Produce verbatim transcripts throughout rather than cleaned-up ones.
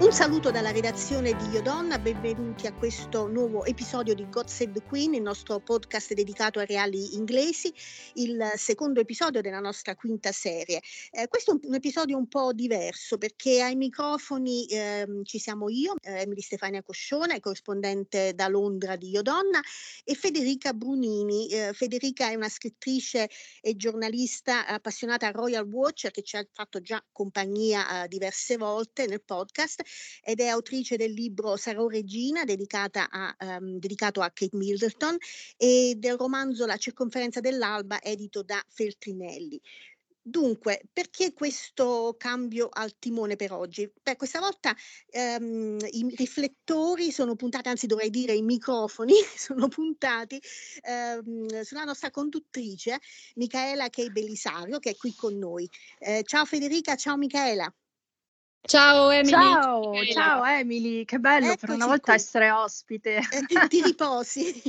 Un saluto dalla redazione di Io Donna, benvenuti a questo nuovo episodio di God Save the Queen, il nostro podcast dedicato ai reali inglesi, il secondo episodio della nostra quinta serie. Eh, questo è un, un episodio un po' diverso perché ai microfoni ehm, ci siamo io, eh, Emily Stefania Coscione, corrispondente da Londra di Io Donna, e Federica Brunini. Eh, Federica è una scrittrice e giornalista appassionata a Royal Watch che ci ha fatto già compagnia eh, diverse volte nel podcast, ed è autrice del libro Sarò regina, dedicata a, um, dedicato a Kate Middleton, e del romanzo La circonferenza dell'alba, edito da Feltrinelli. Dunque, perché questo cambio al timone per oggi? Beh, questa volta ehm, i riflettori sono puntati, anzi dovrei dire i microfoni sono puntati ehm, sulla nostra conduttrice Micaela Kei Belisario, che è qui con noi. Eh, ciao Federica, ciao Micaela. Ciao Emily. Ciao, ciao Emily, che bello per una Eccoci volta qui. essere ospite. Eh, ti, ti riposi?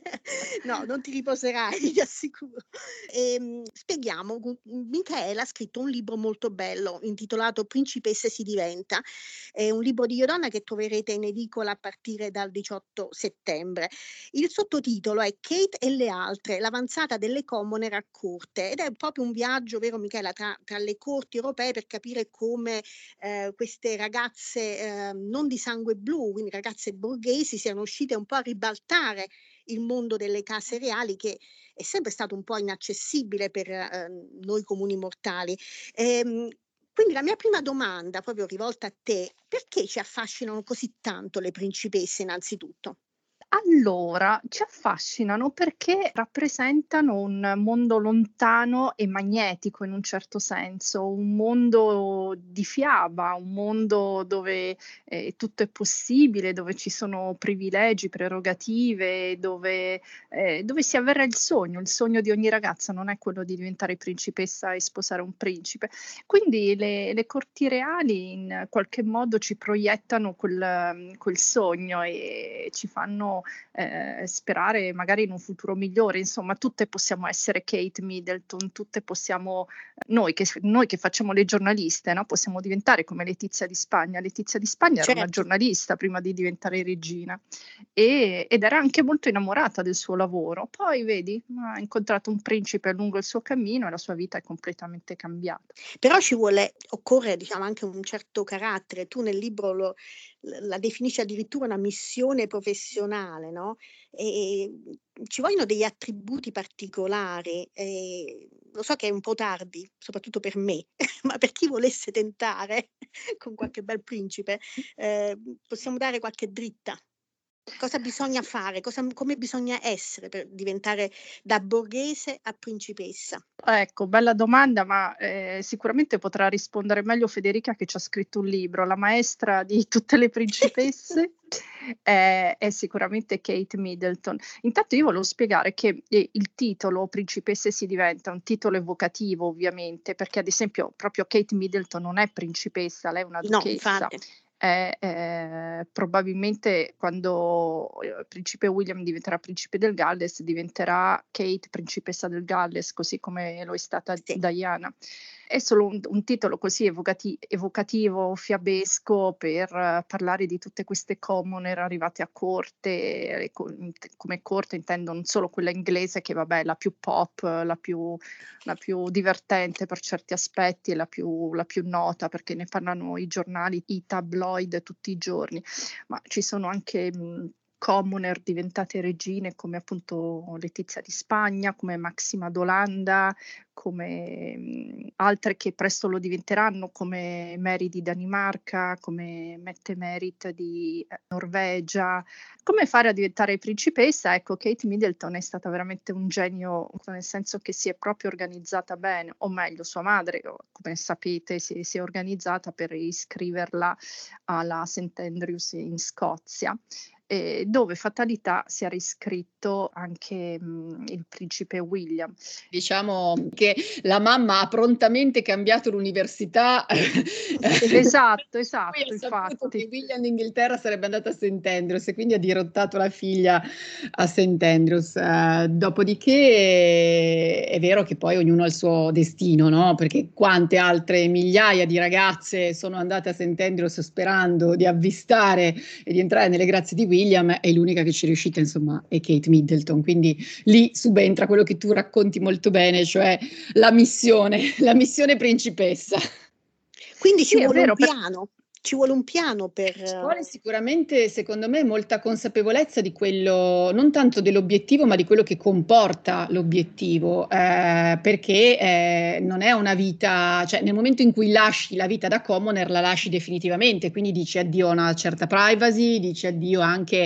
No, non ti riposerai, ti assicuro. Ehm, spieghiamo, gu- Michaela ha scritto un libro molto bello intitolato Principesse si diventa. È un libro di Iodonna che troverete in edicola a partire dal diciotto settembre. Il sottotitolo è Kate e le altre, l'avanzata delle commoner a corte, ed è proprio un viaggio, vero Michaela, tra, tra le corti europee per capire come eh, queste ragazze eh, non di sangue blu, quindi ragazze borghesi, siano uscite un po' a ribaltare il mondo delle case reali, che è sempre stato un po' inaccessibile per eh, noi comuni mortali. Ehm, quindi la mia prima domanda, proprio rivolta a te: perché ci affascinano così tanto le principesse innanzitutto? Allora, ci affascinano perché rappresentano un mondo lontano e magnetico in un certo senso, un mondo di fiaba, un mondo dove eh, tutto è possibile, dove ci sono privilegi, prerogative, dove, eh, dove si avverrà il sogno. Il sogno di ogni ragazza non è quello di diventare principessa e sposare un principe. Quindi le, le corti reali in qualche modo ci proiettano quel, quel sogno e ci fanno eh, sperare magari in un futuro migliore. Insomma, tutte possiamo essere Kate Middleton, tutte possiamo, noi che, noi che facciamo le giornaliste, no? Possiamo diventare come Letizia di Spagna. Letizia di Spagna era una Certo. giornalista prima di diventare regina e, ed era anche molto innamorata del suo lavoro. Poi, vedi, ha incontrato un principe lungo il suo cammino e la sua vita è completamente cambiata. Però ci vuole, occorre diciamo anche un certo carattere. Tu nel libro lo, la definisci addirittura una missione professionale, no? E ci vogliono degli attributi particolari. E lo so che è un po' tardi, soprattutto per me, ma per chi volesse tentare con qualche bel principe, eh, possiamo dare qualche dritta. Cosa bisogna fare? Cosa, come bisogna essere per diventare da borghese a principessa? Ecco, bella domanda, ma eh, sicuramente potrà rispondere meglio Federica che ci ha scritto un libro. La maestra di tutte le principesse è, è sicuramente Kate Middleton. Intanto io volevo spiegare che eh, il titolo Principesse si diventa è un titolo evocativo, ovviamente, perché ad esempio proprio Kate Middleton non è principessa, lei è una No, duchessa. infatti. È, eh, probabilmente quando il principe William diventerà principe del Galles, diventerà Kate principessa del Galles, così come lo è stata Sì. Diana. È solo un, un titolo così evocati- evocativo, fiabesco, per uh, parlare di tutte queste commoner arrivate a corte. E co- come corte intendo non solo quella inglese, che vabbè è la più pop, la più, la più divertente per certi aspetti e la più, la più nota, perché ne parlano i giornali, i tabloid tutti i giorni, ma ci sono anche mh, commoner diventate regine come appunto Letizia di Spagna, come Maxima d'Olanda, come mh, altre che presto lo diventeranno, come Mary di Danimarca, come Mette Merit di eh, Norvegia. Come fare a diventare principessa? Ecco, Kate Middleton è stata veramente un genio, nel senso che si è proprio organizzata bene, o meglio, sua madre, come sapete, si, si è organizzata per iscriverla alla Saint Andrews in Scozia. eh, dove fatalità si era iscritto anche mh, il principe William. Diciamo che la mamma ha prontamente cambiato l'università. Esatto, Poi esatto, ha saputo che infatti. William d'Inghilterra sarebbe andata a Saint Andrews e quindi ha dirottato la figlia a Saint Andrews. Uh, dopodiché è vero che poi ognuno ha il suo destino, no? Perché quante altre migliaia di ragazze sono andate a Saint Andrews sperando di avvistare e di entrare nelle grazie di William, e l'unica che ci è riuscita, insomma, è Kate Middleton. Quindi lì subentra quello che tu racconti molto bene, cioè la missione, la missione principessa. Quindi Sì, ci è vuole un vero, per- piano, ci vuole un piano per... Ci vuole sicuramente, secondo me, molta consapevolezza di quello, non tanto dell'obiettivo, ma di quello che comporta l'obiettivo, eh, perché eh, non è una vita, cioè nel momento in cui lasci la vita da commoner, la lasci definitivamente, quindi dici addio a una certa privacy, dici addio anche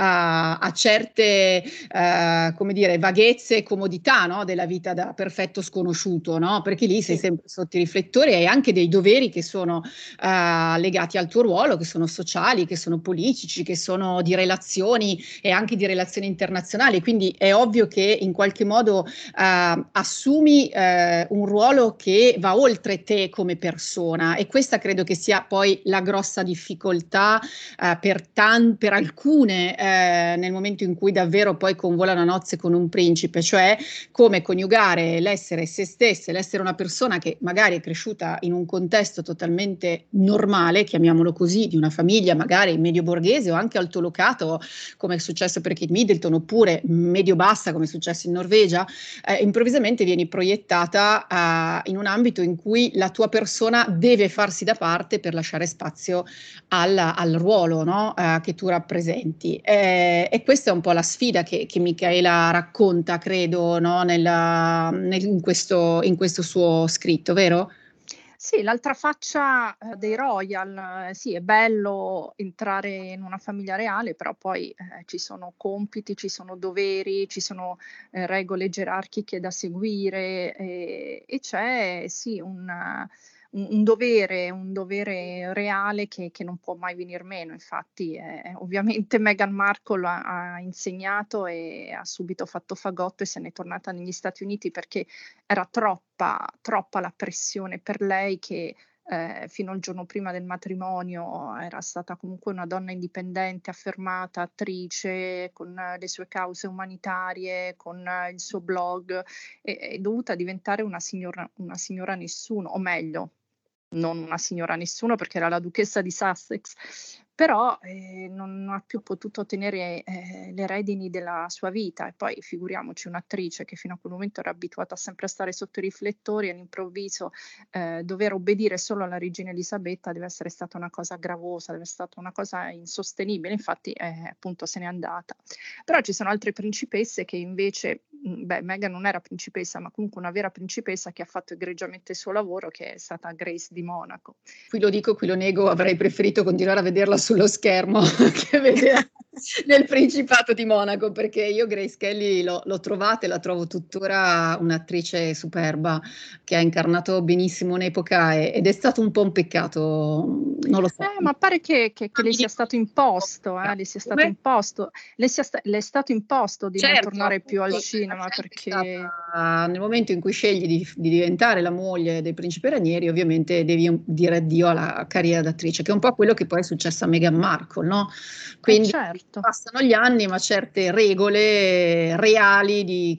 a, a certe, eh, come dire, vaghezze e comodità, no, della vita da perfetto sconosciuto, no? Perché lì sei Sì. sempre sotto i riflettori e hai anche dei doveri che sono eh, legati al tuo ruolo, che sono sociali, che sono politici, che sono di relazioni e anche di relazioni internazionali. Quindi è ovvio che in qualche modo eh, assumi eh, un ruolo che va oltre te come persona, e questa credo che sia poi la grossa difficoltà eh, per, tan- per alcune eh, nel momento in cui davvero poi convolano a nozze con un principe, cioè come coniugare l'essere se stesse, l'essere una persona che magari è cresciuta in un contesto totalmente normale, chiamiamolo così, di una famiglia magari medio borghese o anche altolocato, come è successo per Kate Middleton, oppure medio bassa, come è successo in Norvegia, eh, improvvisamente vieni proiettata eh, in un ambito in cui la tua persona deve farsi da parte per lasciare spazio al, al ruolo, no? eh, che tu rappresenti. Eh, e questa è un po' la sfida che, che Michaela racconta, credo, no? Nella, nel, in, questo, in questo suo scritto, vero? Sì, l'altra faccia eh, dei royal, eh, sì, è bello entrare in una famiglia reale, però poi eh, ci sono compiti, ci sono doveri, ci sono eh, regole gerarchiche da seguire e, e c'è sì un, un, un dovere, un dovere reale che, che non può mai venir meno. Infatti, eh, ovviamente Meghan Markle ha, ha insegnato e ha subito fatto fagotto e se n'è tornata negli Stati Uniti perché era troppa, troppa la pressione per lei che eh, fino al giorno prima del matrimonio era stata comunque una donna indipendente, affermata, attrice, con eh, le sue cause umanitarie, con eh, il suo blog, e è dovuta diventare una signora, una signora nessuno, o meglio, non una signora nessuno perché era la duchessa di Sussex, però eh, non ha più potuto tenere eh, le redini della sua vita. E poi figuriamoci un'attrice che fino a quel momento era abituata sempre a stare sotto i riflettori, all'improvviso eh, dover obbedire solo alla regina Elisabetta deve essere stata una cosa gravosa, deve essere stata una cosa insostenibile. Infatti eh, appunto se n'è andata. Però ci sono altre principesse che invece, beh, Meghan non era principessa, ma comunque una vera principessa che ha fatto egregiamente il suo lavoro, che è stata Grace di Monaco. Qui lo dico, qui lo nego, avrei preferito continuare a vederla sullo schermo che vederla nel Principato di Monaco, perché io Grace Kelly l'ho, l'ho trovata e la trovo tuttora un'attrice superba che ha incarnato benissimo un'epoca e, ed è stato un po' un peccato, non lo so. Eh, ma pare che, che, che Ah, le mi sia dico, stato imposto, eh, le sia stato come? imposto, le, sia sta- le è stato imposto di non Certo, tornare più al appunto, la cinema scelta è perché stata nel momento in cui scegli di, di diventare la moglie del principe Ranieri, ovviamente devi un- dire addio alla carriera d'attrice, che è un po' quello che poi è successo a Meghan Markle, no? eh Quindi certo. passano gli anni, ma certe regole reali di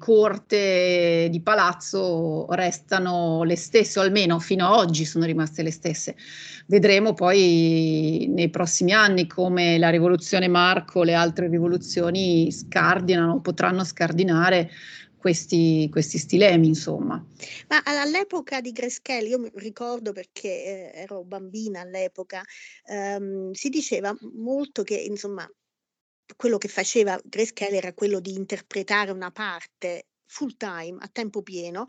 corte, di palazzo restano le stesse, o almeno fino ad oggi sono rimaste le stesse. Vedremo poi nei prossimi anni come la rivoluzione Marco, le altre rivoluzioni scardinano, potranno scardinare questi, questi stilemi, insomma. Ma all'epoca di Grace Kelly, io mi ricordo perché eh, ero bambina all'epoca, ehm, si diceva molto che insomma quello che faceva Grace Kelly era quello di interpretare una parte full time, a tempo pieno,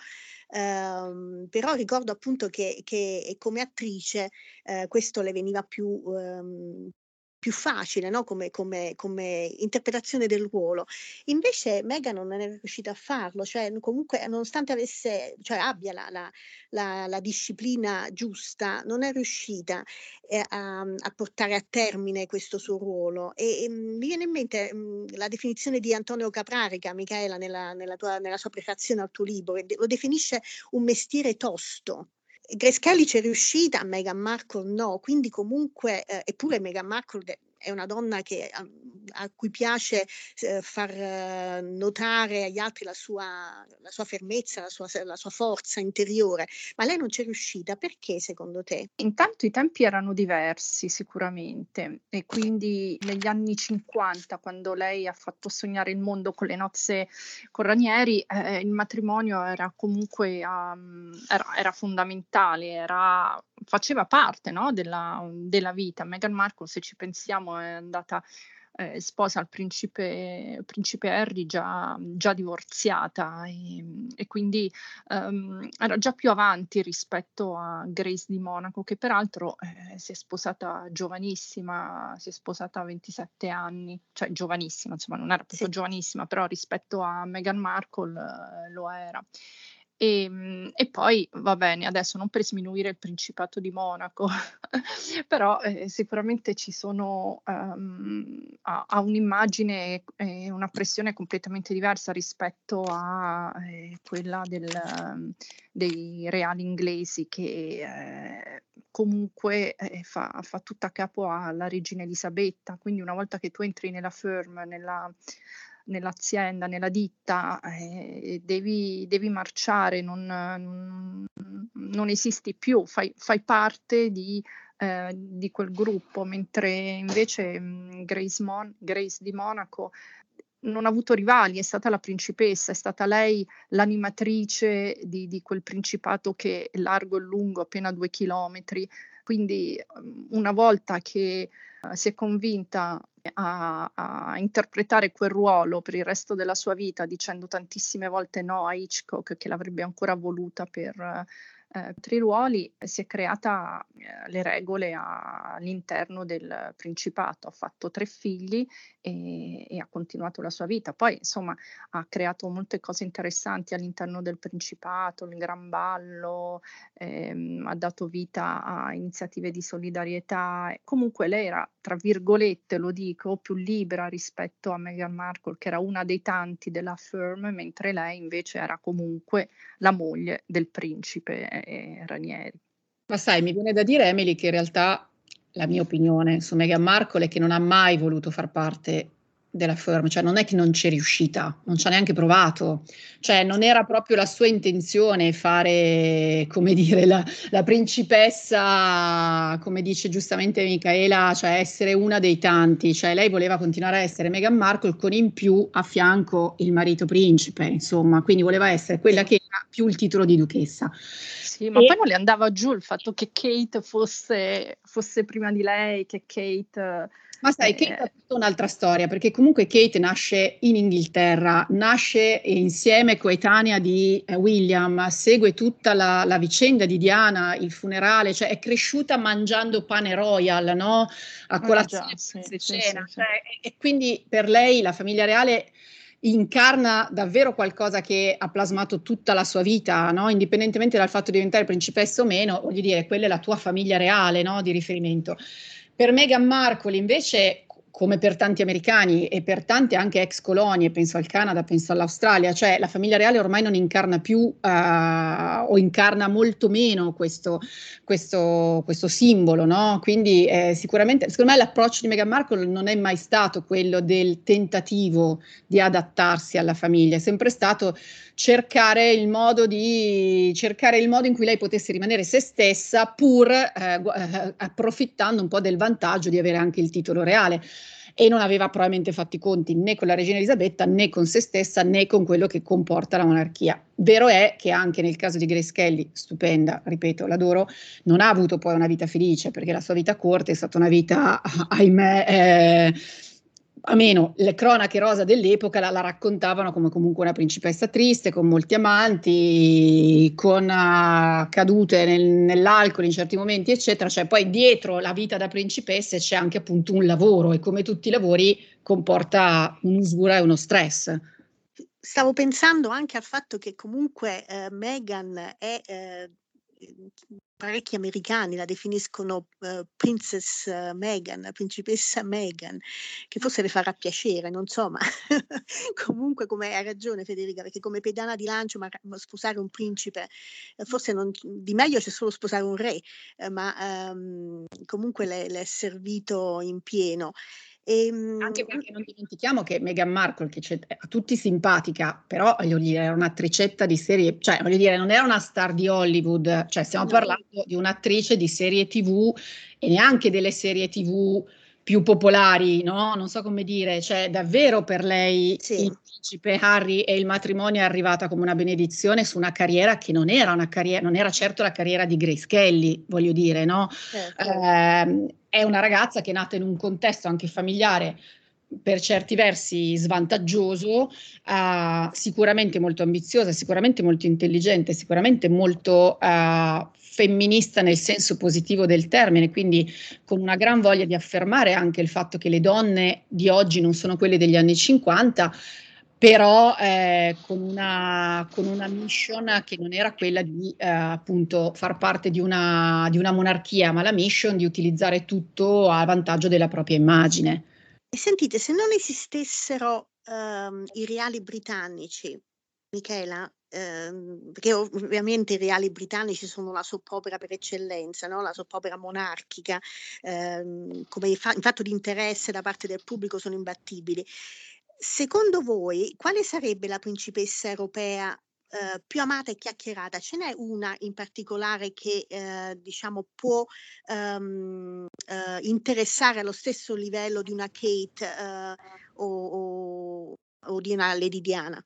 ehm, però ricordo appunto che, che come attrice eh, questo le veniva più, ehm, più facile, no? come, come, come interpretazione del ruolo. Invece Meghan non è riuscita a farlo, cioè comunque nonostante avesse, cioè abbia la, la, la, la disciplina giusta, non è riuscita eh, a, a portare a termine questo suo ruolo. E, e mi viene in mente mh, la definizione di Antonio Caprarica, Micaela, nella, nella, tua, nella sua prefazione al tuo libro, che lo definisce un mestiere tosto. Grace Kelly c'è riuscita, Meghan Markle no, quindi comunque, eh, eppure Meghan Markle è una donna che, a, a cui piace eh, far eh, notare agli altri la sua, la sua fermezza, la sua, la sua forza interiore, ma lei non c'è riuscita. Perché secondo te? Intanto i tempi erano diversi sicuramente, e quindi negli anni cinquanta, quando lei ha fatto sognare il mondo con Le nozze con Ranieri, eh, il matrimonio era comunque um, era, era fondamentale, era, faceva parte, no, della, della vita. Meghan Markle, se ci pensiamo, è andata eh, sposa al principe, principe Harry già, già divorziata, e, e quindi um, era già più avanti rispetto a Grace di Monaco, che peraltro eh, si è sposata giovanissima, si è sposata a ventisette anni, cioè giovanissima, insomma non era proprio Sì. giovanissima, però rispetto a Meghan Markle eh, lo era. E, e poi va bene, adesso non per sminuire il Principato di Monaco, però eh, sicuramente ci sono, um, ha, ha un'immagine e una pressione completamente diversa rispetto a eh, quella del, um, dei reali inglesi, che eh, comunque eh, fa, fa tutta a capo alla regina Elisabetta. Quindi una volta che tu entri nella firm, nella nell'azienda, nella ditta, eh, devi, devi marciare, non, non, non esisti più, fai, fai parte di, eh, di quel gruppo, mentre invece mh, Grace, Mon- Grace di Monaco non ha avuto rivali, è stata la principessa, è stata lei l'animatrice di, di quel principato che è largo e lungo appena due chilometri. Quindi una volta che uh, si è convinta a, a interpretare quel ruolo per il resto della sua vita, dicendo tantissime volte no a Hitchcock, che l'avrebbe ancora voluta per uh, eh, per i ruoli, si è creata eh, le regole a, all'interno del Principato. Ha fatto tre figli e, e ha continuato la sua vita. Poi insomma ha creato molte cose interessanti all'interno del Principato, il Gran Ballo, ehm, ha dato vita a iniziative di solidarietà. Comunque lei era, tra virgolette lo dico, più libera rispetto a Meghan Markle, che era una dei tanti della firm, mentre lei invece era comunque la moglie del principe eh, Ranieri. Ma sai, mi viene da dire, Emily, che in realtà la mia opinione su Meghan Markle è che non ha mai voluto far parte della firm, cioè non è che non c'è riuscita, non ci ha neanche provato, cioè non era proprio la sua intenzione fare, come dire, la, la principessa, come dice giustamente Micaela, cioè essere una dei tanti, cioè lei voleva continuare a essere Meghan Markle con in più a fianco il marito principe, insomma, quindi voleva essere quella che ha più il titolo di duchessa. Sì, ma e, poi non le andava giù il fatto che Kate fosse, fosse prima di lei, che Kate... Ma sai, Kate è tutta un'altra storia, perché comunque Kate nasce in Inghilterra, nasce insieme coetanea di eh, William, segue tutta la, la vicenda di Diana, il funerale, cioè è cresciuta mangiando pane royal, no? A colazione, eh già, sì, pranzo e sì, cena, sì, cioè, e, e quindi per lei la famiglia reale incarna davvero qualcosa che ha plasmato tutta la sua vita, no? Indipendentemente dal fatto di diventare principessa o meno, voglio dire, quella è la tua famiglia reale, no? Di riferimento. Per Meghan Markle invece, come per tanti americani e per tante anche ex colonie, penso al Canada, penso all'Australia, cioè la famiglia reale ormai non incarna più uh, o incarna molto meno questo, questo, questo simbolo, no? Quindi eh, sicuramente, secondo me l'approccio di Meghan Markle non è mai stato quello del tentativo di adattarsi alla famiglia, è sempre stato cercare il modo di cercare il modo in cui lei potesse rimanere se stessa, pur eh, eh, approfittando un po' del vantaggio di avere anche il titolo reale. E non aveva probabilmente fatto i conti né con la regina Elisabetta, né con se stessa, né con quello che comporta la monarchia. Vero è che anche nel caso di Grace Kelly, stupenda, ripeto, l'adoro, non ha avuto poi una vita felice, perché la sua vita corta è stata una vita, ahimè, eh, almeno le cronache rosa dell'epoca la, la raccontavano come comunque una principessa triste, con molti amanti, con uh, cadute nel, nell'alcol in certi momenti, eccetera. Cioè poi dietro la vita da principesse c'è anche appunto un lavoro e come tutti i lavori comporta un'usura e uno stress. Stavo pensando anche al fatto che comunque eh, Meghan è, eh, parecchi americani la definiscono uh, Princess uh, Meghan, principessa Meghan, che forse le farà piacere, non so, ma comunque come hai ragione Federica, perché come pedana di lancio, ma, ma sposare un principe, eh, forse non, di meglio c'è solo sposare un re, eh, ma um, comunque le, le è servito in pieno. Anche perché non dimentichiamo che Meghan Markle, che c'è a tutti simpatica, però voglio dire, era un'attricetta di serie, cioè voglio dire, non era una star di Hollywood, cioè stiamo no. parlando di un'attrice di serie tivù e neanche delle serie tivù più popolari, no? Non so come dire, cioè davvero per lei sì. Il principe Harry e il matrimonio è arrivata come una benedizione su una carriera che non era una carriera, non era certo la carriera di Grace Kelly, voglio dire, no? Certo. Eh, è una ragazza che è nata in un contesto anche familiare per certi versi svantaggioso, uh, sicuramente molto ambiziosa, sicuramente molto intelligente, sicuramente molto uh, femminista nel senso positivo del termine, quindi con una gran voglia di affermare anche il fatto che le donne di oggi non sono quelle degli anni cinquanta, però eh, con, una, con una mission che non era quella di eh, appunto far parte di una, di una monarchia, ma la mission di utilizzare tutto a vantaggio della propria immagine. E sentite, se non esistessero um, i reali britannici, Michela, ehm, perché ovviamente i reali britannici sono la soap opera per eccellenza, no? La soap opera monarchica, ehm, come fa- in fatto di interesse da parte del pubblico sono imbattibili. Secondo voi, quale sarebbe la principessa europea eh, più amata e chiacchierata? Ce n'è una in particolare che eh, diciamo può ehm, eh, interessare allo stesso livello di una Kate eh, o, o, o di una Lady Diana?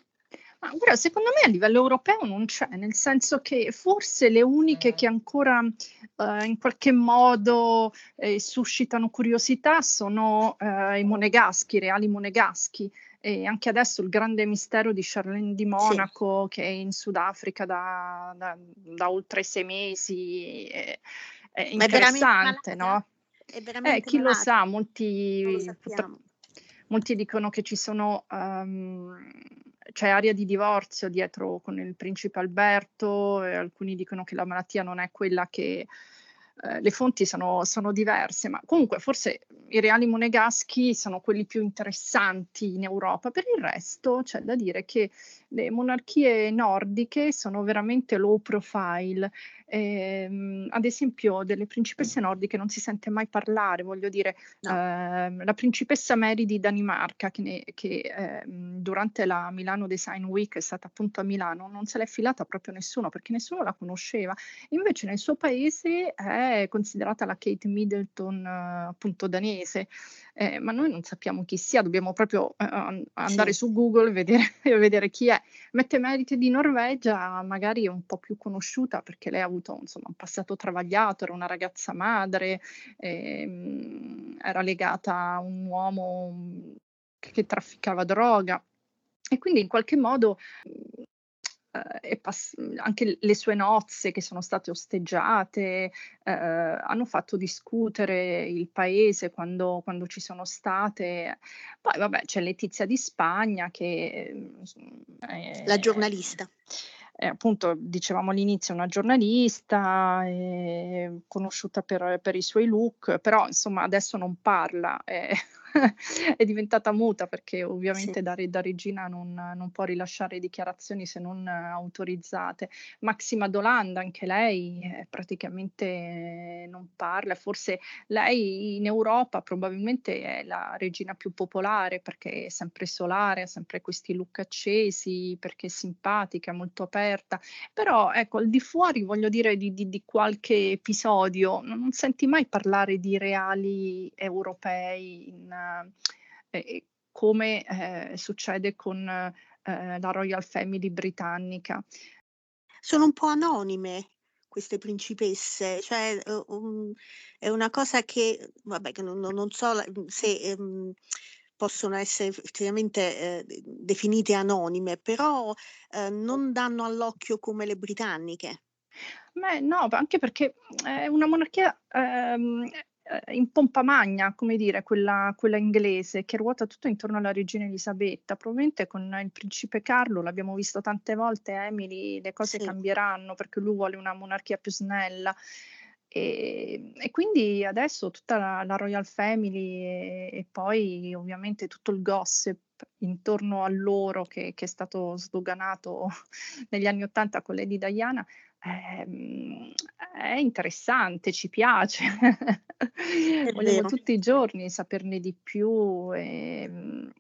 Ma guarda, secondo me a livello europeo non c'è, nel senso che forse le uniche che ancora eh, in qualche modo eh, suscitano curiosità sono eh, i monegaschi, i reali monegaschi. E anche adesso il grande mistero di Charlene di Monaco, sì. Che è in Sudafrica da, da, da oltre sei mesi, è, è interessante, è no? È veramente eh, chi malata. lo sa, molti, non lo sappiamo. molti dicono che ci sono... Um, c'è aria di divorzio dietro con il principe Alberto, e alcuni dicono che la malattia non è quella che... Eh, le fonti sono, sono diverse, ma comunque forse i reali monegaschi sono quelli più interessanti in Europa. Per il resto c'è da dire che le monarchie nordiche sono veramente low profile. Eh, ad esempio delle principesse nordiche non si sente mai parlare, voglio dire, no. eh, la principessa Mary di Danimarca che, ne, che eh, durante la Milano Design Week è stata appunto a Milano, non se l'è filata proprio nessuno perché nessuno la conosceva, invece nel suo paese è considerata la Kate Middleton eh, appunto danese, eh, ma noi non sappiamo chi sia, dobbiamo proprio eh, andare sì. su Google e vedere, vedere chi è. Mette Merite di Norvegia magari è un po' più conosciuta perché lei ha avuto insomma un passato travagliato, era una ragazza madre, ehm, era legata a un uomo che, che trafficava droga e quindi in qualche modo eh, pass- anche le sue nozze che sono state osteggiate eh, hanno fatto discutere il paese quando, quando ci sono state. Poi vabbè c'è Letizia di Spagna che è, la giornalista. È, appunto dicevamo all'inizio una giornalista è conosciuta per, per i suoi look, però insomma adesso non parla. È, è diventata muta perché ovviamente sì. da, da regina non, non può rilasciare dichiarazioni se non autorizzate. Maxima Dolanda, anche lei eh, praticamente non parla, forse lei in Europa probabilmente è la regina più popolare perché è sempre solare, ha sempre questi look accesi, perché è simpatica, molto aperta, però ecco al di fuori voglio dire di, di, di qualche episodio non, non senti mai parlare di reali europei in, eh, come eh, succede con eh, la Royal Family britannica. Sono un po' anonime queste principesse, cioè uh, um, è una cosa che, vabbè, che non, non so se um, possono essere effettivamente eh, definite anonime, però eh, non danno all'occhio come le britanniche. Beh, no, anche perché è una monarchia ehm, eh, in pompa magna, come dire, quella, quella inglese, che ruota tutto intorno alla regina Elisabetta. Probabilmente con il principe Carlo, l'abbiamo visto tante volte, Emily, le cose Sì. cambieranno perché lui vuole una monarchia più snella. E, e quindi adesso tutta la, la Royal Family e, e poi ovviamente tutto il gossip intorno a loro che, che è stato sdoganato negli anni Ottanta con Lady Diana. Ehm, è interessante, ci piace. È Vogliamo vero. tutti i giorni saperne di più. ehm.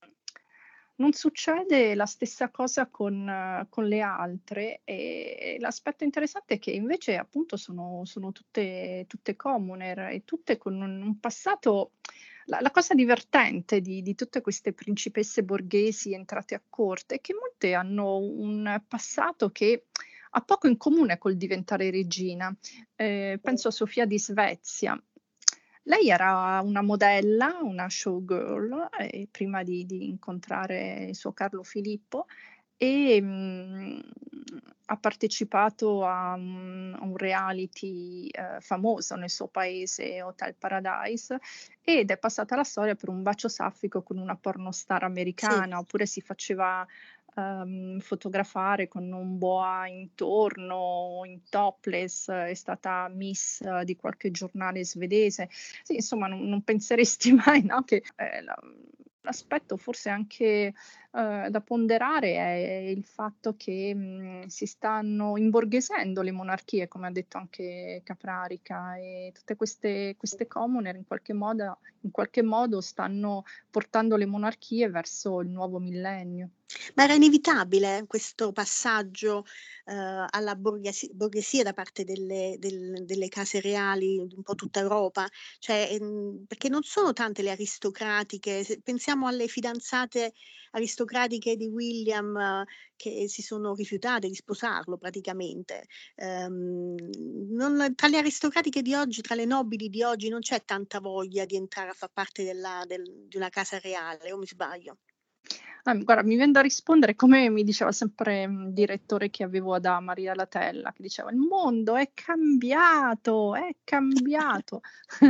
Non succede la stessa cosa con eh, con le altre, e l'aspetto interessante è che invece appunto sono sono tutte tutte commoner e tutte con un un passato. La la cosa divertente di di tutte queste principesse borghesi entrate a corte è che molte hanno un passato che ha poco in comune col diventare regina. Ehm, penso a Sofia di Svezia. Lei era una modella, una showgirl, ehm, prima di di incontrare il suo Carlo Filippo, e, mhmm, ha partecipato a un a un reality, ehm, famoso nel suo paese, Hotel Paradise, ed è passata alla storia per un bacio saffico con una pornostar Sì. americana, oppure si faceva, ehm, fotografare con un boa intorno, in topless, è stata miss eh, di qualche giornale svedese. Sì, insomma, non non penseresti mai, no, che, ehm, la l'aspetto forse anche, uhm, da ponderare è il fatto che, mhmm, si stanno imborghesendo le monarchie, come ha detto anche Caprarica, e tutte queste queste commoner in qualche moda in qualche modo stanno portando le monarchie verso il nuovo millennio. Ma era inevitabile questo passaggio, ehm, alla borghesi borghesia da parte delle del delle case reali di un po' tutta Europa? Cioè, ehm, perché non sono tante le aristocratiche, se pensiamo alle fidanzate aristocratiche di William eh, che si sono rifiutate di sposarlo praticamente. Ehm, non tra le aristocratiche di oggi, tra le nobili di oggi, non c'è tanta voglia di entrare a far parte della del di una casa reale, o mi sbaglio? Ah, guarda, mi vien da rispondere come mi diceva sempre un direttore che avevo da Maria Latella, che diceva: "Il mondo è cambiato, è cambiato."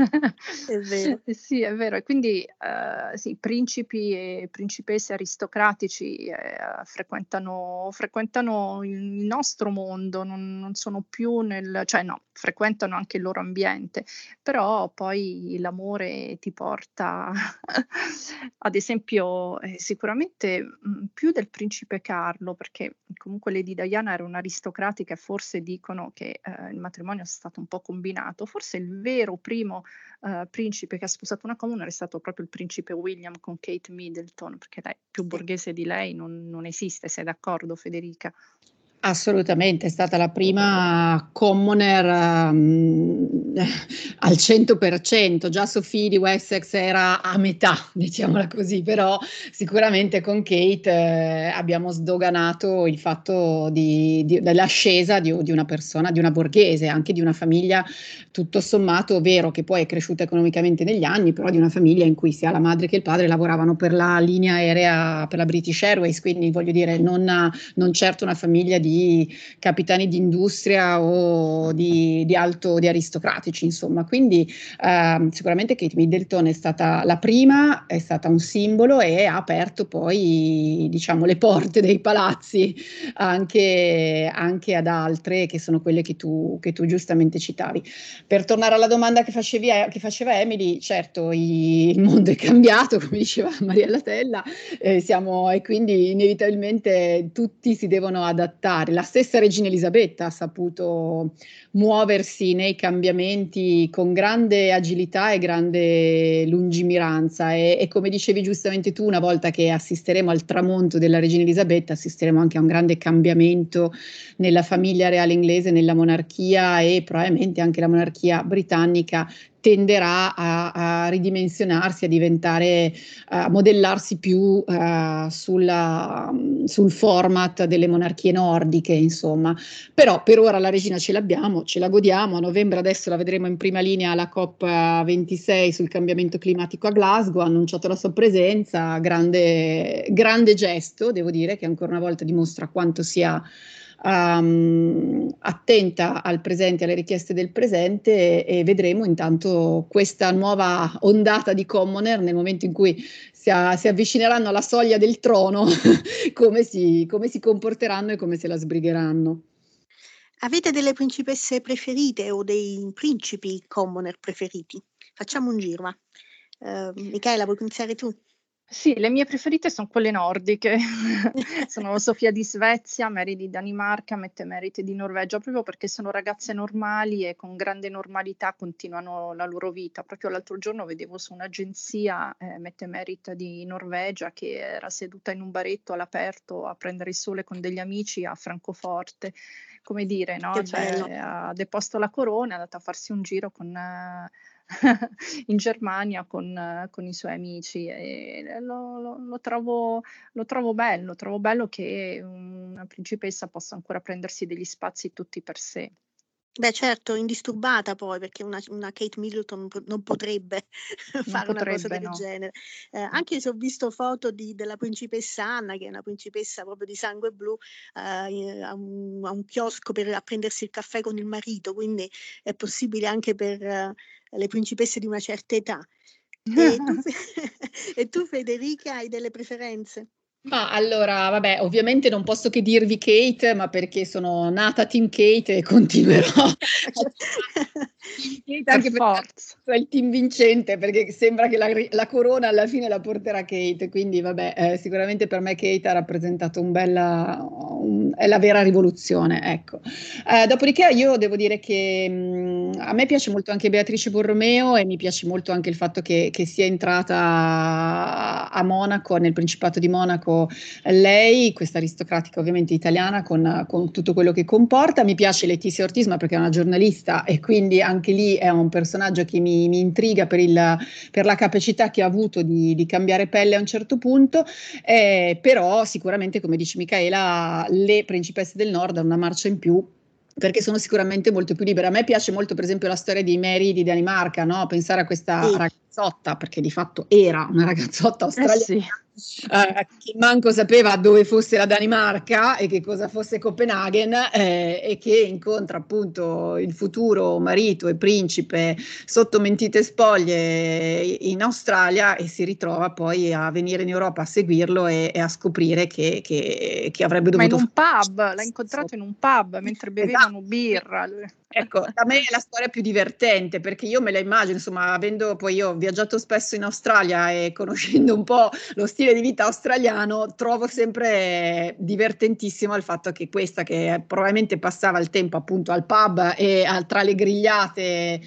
È vero. Eh sì, è vero. E quindi, ehm, sì, principi e principesse aristocratici, ehm, frequentano frequentano il il nostro mondo, non non sono più nel, cioè no, frequentano anche il loro ambiente, però poi l'amore ti porta ad esempio, ehm, sicuramente, mhmm, più del principe Carlo, perché comunque Lady Diana era un'aristocratica e forse dicono che, ehm, il matrimonio sia stato un po' combinato. Forse il vero primo, ehm, principe che ha sposato una commoner è stato proprio il principe William con Kate Middleton, perché dai, più Sì. borghese di lei non non esiste. Sei d'accordo, Federica? Assolutamente, è stata la prima commoner, mhmm, al cento per cento. Già Sophie di Wessex era a metà, diciamola così, però sicuramente con Kate, ehm, abbiamo sdoganato il fatto di di dell'ascesa di u di una persona, di una borghese, anche di una famiglia tutto sommato, vero che poi è cresciuta economicamente negli anni, però di una famiglia in cui sia la madre che il padre lavoravano per la linea aerea, per la British Airways, quindi voglio dire non non certo una famiglia di capitani di industria o di, di alto, di aristocratici, insomma. Quindi ehm, sicuramente Kate Middleton è stata la prima, è stata un simbolo e ha aperto poi, diciamo, le porte dei palazzi anche, anche ad altre, che sono quelle che tu, che tu giustamente citavi. Per tornare alla domanda che, facevi, che faceva Emily, certo i, il mondo è cambiato, come diceva Mariella Tella, eh, siamo, e quindi inevitabilmente tutti si devono adattare. La stessa regina Elisabetta ha saputo muoversi nei cambiamenti con grande agilità e grande lungimiranza e, e come dicevi giustamente tu, una volta che assisteremo al tramonto della regina Elisabetta, assisteremo anche a un grande cambiamento nella famiglia reale inglese, nella monarchia e probabilmente anche la monarchia britannica tenderà a, a ridimensionarsi, a diventare, a modellarsi più uh, sulla, sul format delle monarchie nordiche, insomma. Però per ora la regina ce l'abbiamo, ce la godiamo. A novembre adesso la vedremo in prima linea alla COP ventisei sul cambiamento climatico a Glasgow, ha annunciato la sua presenza, grande, grande gesto, devo dire, che ancora una volta dimostra quanto sia Um, attenta al presente, alle richieste del presente, e, e vedremo intanto questa nuova ondata di commoner nel momento in cui si, a, si avvicineranno alla soglia del trono come, si, come si comporteranno e come se la sbrigheranno. Avete delle principesse preferite o dei principi commoner preferiti? Facciamo un giro, va. Uh, Michaela, vuoi iniziare tu? Sì, le mie preferite sono quelle nordiche, sono Sofia di Svezia, Mary di Danimarca, Mette Merit di Norvegia, proprio perché sono ragazze normali e con grande normalità continuano la loro vita. Proprio l'altro giorno vedevo su un'agenzia eh, Mette Merit di Norvegia che era seduta in un baretto all'aperto a prendere il sole con degli amici a Francoforte, come dire, no? Che Cioè, bello. ha deposto la corona, è andata a farsi un giro con... Eh, in Germania con, con i suoi amici, e lo, lo, lo, trovo, lo trovo bello, trovo bello che una principessa possa ancora prendersi degli spazi tutti per sé. Beh, certo, indisturbata poi, perché una, una Kate Middleton non potrebbe non fare potrebbe, una cosa del no. genere. Eh, no. Anche se ho visto foto di, della principessa Anna, che è una principessa proprio di sangue blu, eh, a, un, a un chiosco per a prendersi il caffè con il marito, quindi è possibile anche per uh, le principesse di una certa età. E tu, e tu, Federica, hai delle preferenze? Ma allora, vabbè, ovviamente non posso che dirvi Kate, ma perché sono nata Team Kate e continuerò a Team Kate, anche perché è il team vincente, perché sembra che la, la corona alla fine la porterà Kate, quindi vabbè, eh, sicuramente per me Kate ha rappresentato un bella, un, è la vera rivoluzione, ecco. Eh, dopodiché io devo dire che mh, a me piace molto anche Beatrice Borromeo, e mi piace molto anche il fatto che, che sia entrata a, a Monaco, nel Principato di Monaco, lei, questa aristocratica ovviamente italiana, con, con tutto quello che comporta. Mi piace Letizia Ortiz, ma perché è una giornalista, e quindi anche lì è un personaggio che mi, mi intriga per, il, per la capacità che ha avuto di, di cambiare pelle a un certo punto, eh, però sicuramente, come dice Michaela, le principesse del nord hanno una marcia in più, perché sono sicuramente molto più libere. A me piace molto, per esempio, la storia di Mary di Danimarca, no? Pensare a questa Sì. ragazzotta, perché di fatto era una ragazzotta australiana, eh sì. eh, che manco sapeva dove fosse la Danimarca e che cosa fosse Copenaghen, eh, e che incontra appunto il futuro marito e principe sotto mentite spoglie in Australia, e si ritrova poi a venire in Europa a seguirlo e, e a scoprire che, che, che avrebbe dovuto fare. Ma in un fare. pub, l'ha incontrato in un pub mentre bevevano Esatto. birra. Ecco, da me è la storia più divertente, perché io me la immagino, insomma, avendo poi io viaggiato spesso in Australia e conoscendo un po' lo stile di vita australiano, trovo sempre divertentissimo il fatto che questa, che probabilmente passava il tempo appunto al pub e a, tra le grigliate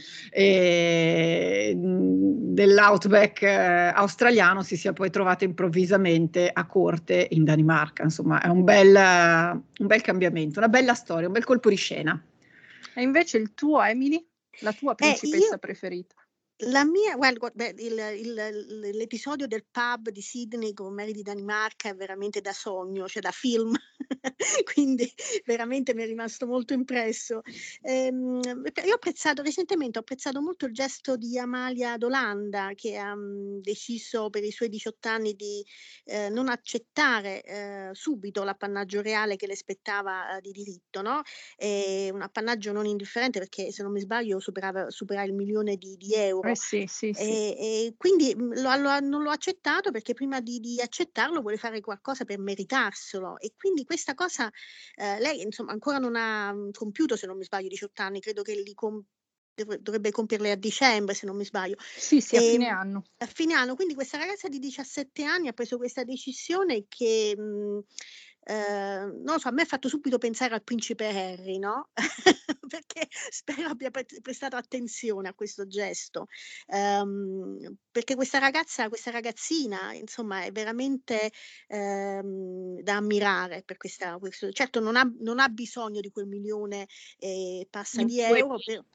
e, dell'outback eh, australiano, si sia poi trovata improvvisamente a corte in Danimarca. Insomma, è un bel, un bel cambiamento, una bella storia, un bel colpo di scena. E invece il tuo, Emily? La tua principessa eh, io, preferita? La mia, well, beh, il, il, l'episodio del pub di Sydney con Mary di Danimarca è veramente da sogno, cioè da film, quindi veramente mi è rimasto molto impresso. Ehm, io ho apprezzato, recentemente ho apprezzato molto il gesto di Amalia d'Olanda, che ha um, deciso per i suoi diciotto anni di eh, non accettare eh, subito l'appannaggio reale che le spettava eh, di diritto, no? E un appannaggio non indifferente, perché se non mi sbaglio superava, supera il milione di, di euro. Eh sì, sì, sì. E, e quindi lo, lo, non l'ho accettato, perché prima di, di accettarlo vuole fare qualcosa per meritarselo, e quindi questa cosa eh, lei insomma ancora non ha compiuto, se non mi sbaglio, diciotto anni, credo che li com- dovrebbe compierle a dicembre, se non mi sbaglio. Sì, sì, a E, fine anno. A fine anno, quindi questa ragazza di diciassette anni ha preso questa decisione che mh, eh, non so, a me ha fatto subito pensare al principe Harry, no? Perché spero abbia pre- prestato attenzione a questo gesto, ehm, perché questa ragazza, questa ragazzina, insomma, è veramente ehm, da ammirare per questa, questo. Certo, non ha, non ha bisogno di quel milione e passa In di due euro, per-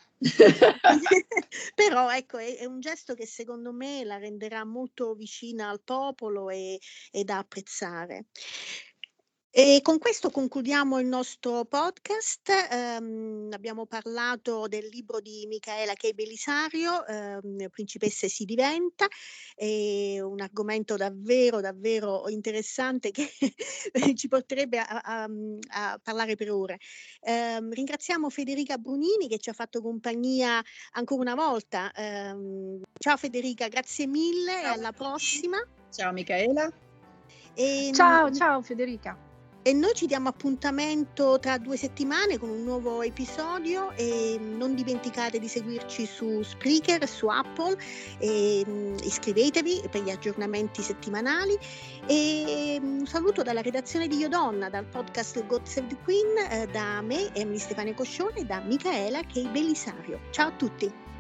però ecco, è, è un gesto che secondo me la renderà molto vicina al popolo e, e da apprezzare. E con questo concludiamo il nostro podcast. Ehm, abbiamo parlato del libro di Micaela Kay Belisario, ehm, Principesse si diventa, è un argomento davvero, davvero interessante che ci porterebbe a, a- a parlare per ore. Ehm, ringraziamo Federica Brunini che ci ha fatto compagnia ancora una volta. Ehm, ciao Federica, grazie mille e Ciao alla a tutti. prossima. Ciao Micaela. E, Ciao, ciao Federica. e noi ci diamo appuntamento tra due settimane con un nuovo episodio e non dimenticate di seguirci su Spreaker, su Apple, e mm, iscrivetevi per gli aggiornamenti settimanali e un saluto dalla redazione di Io Donna, dal podcast God Save the Queen, eh, da me, Emily Stefania Coscione e da Micaela Kay Belisario. Ciao a tutti!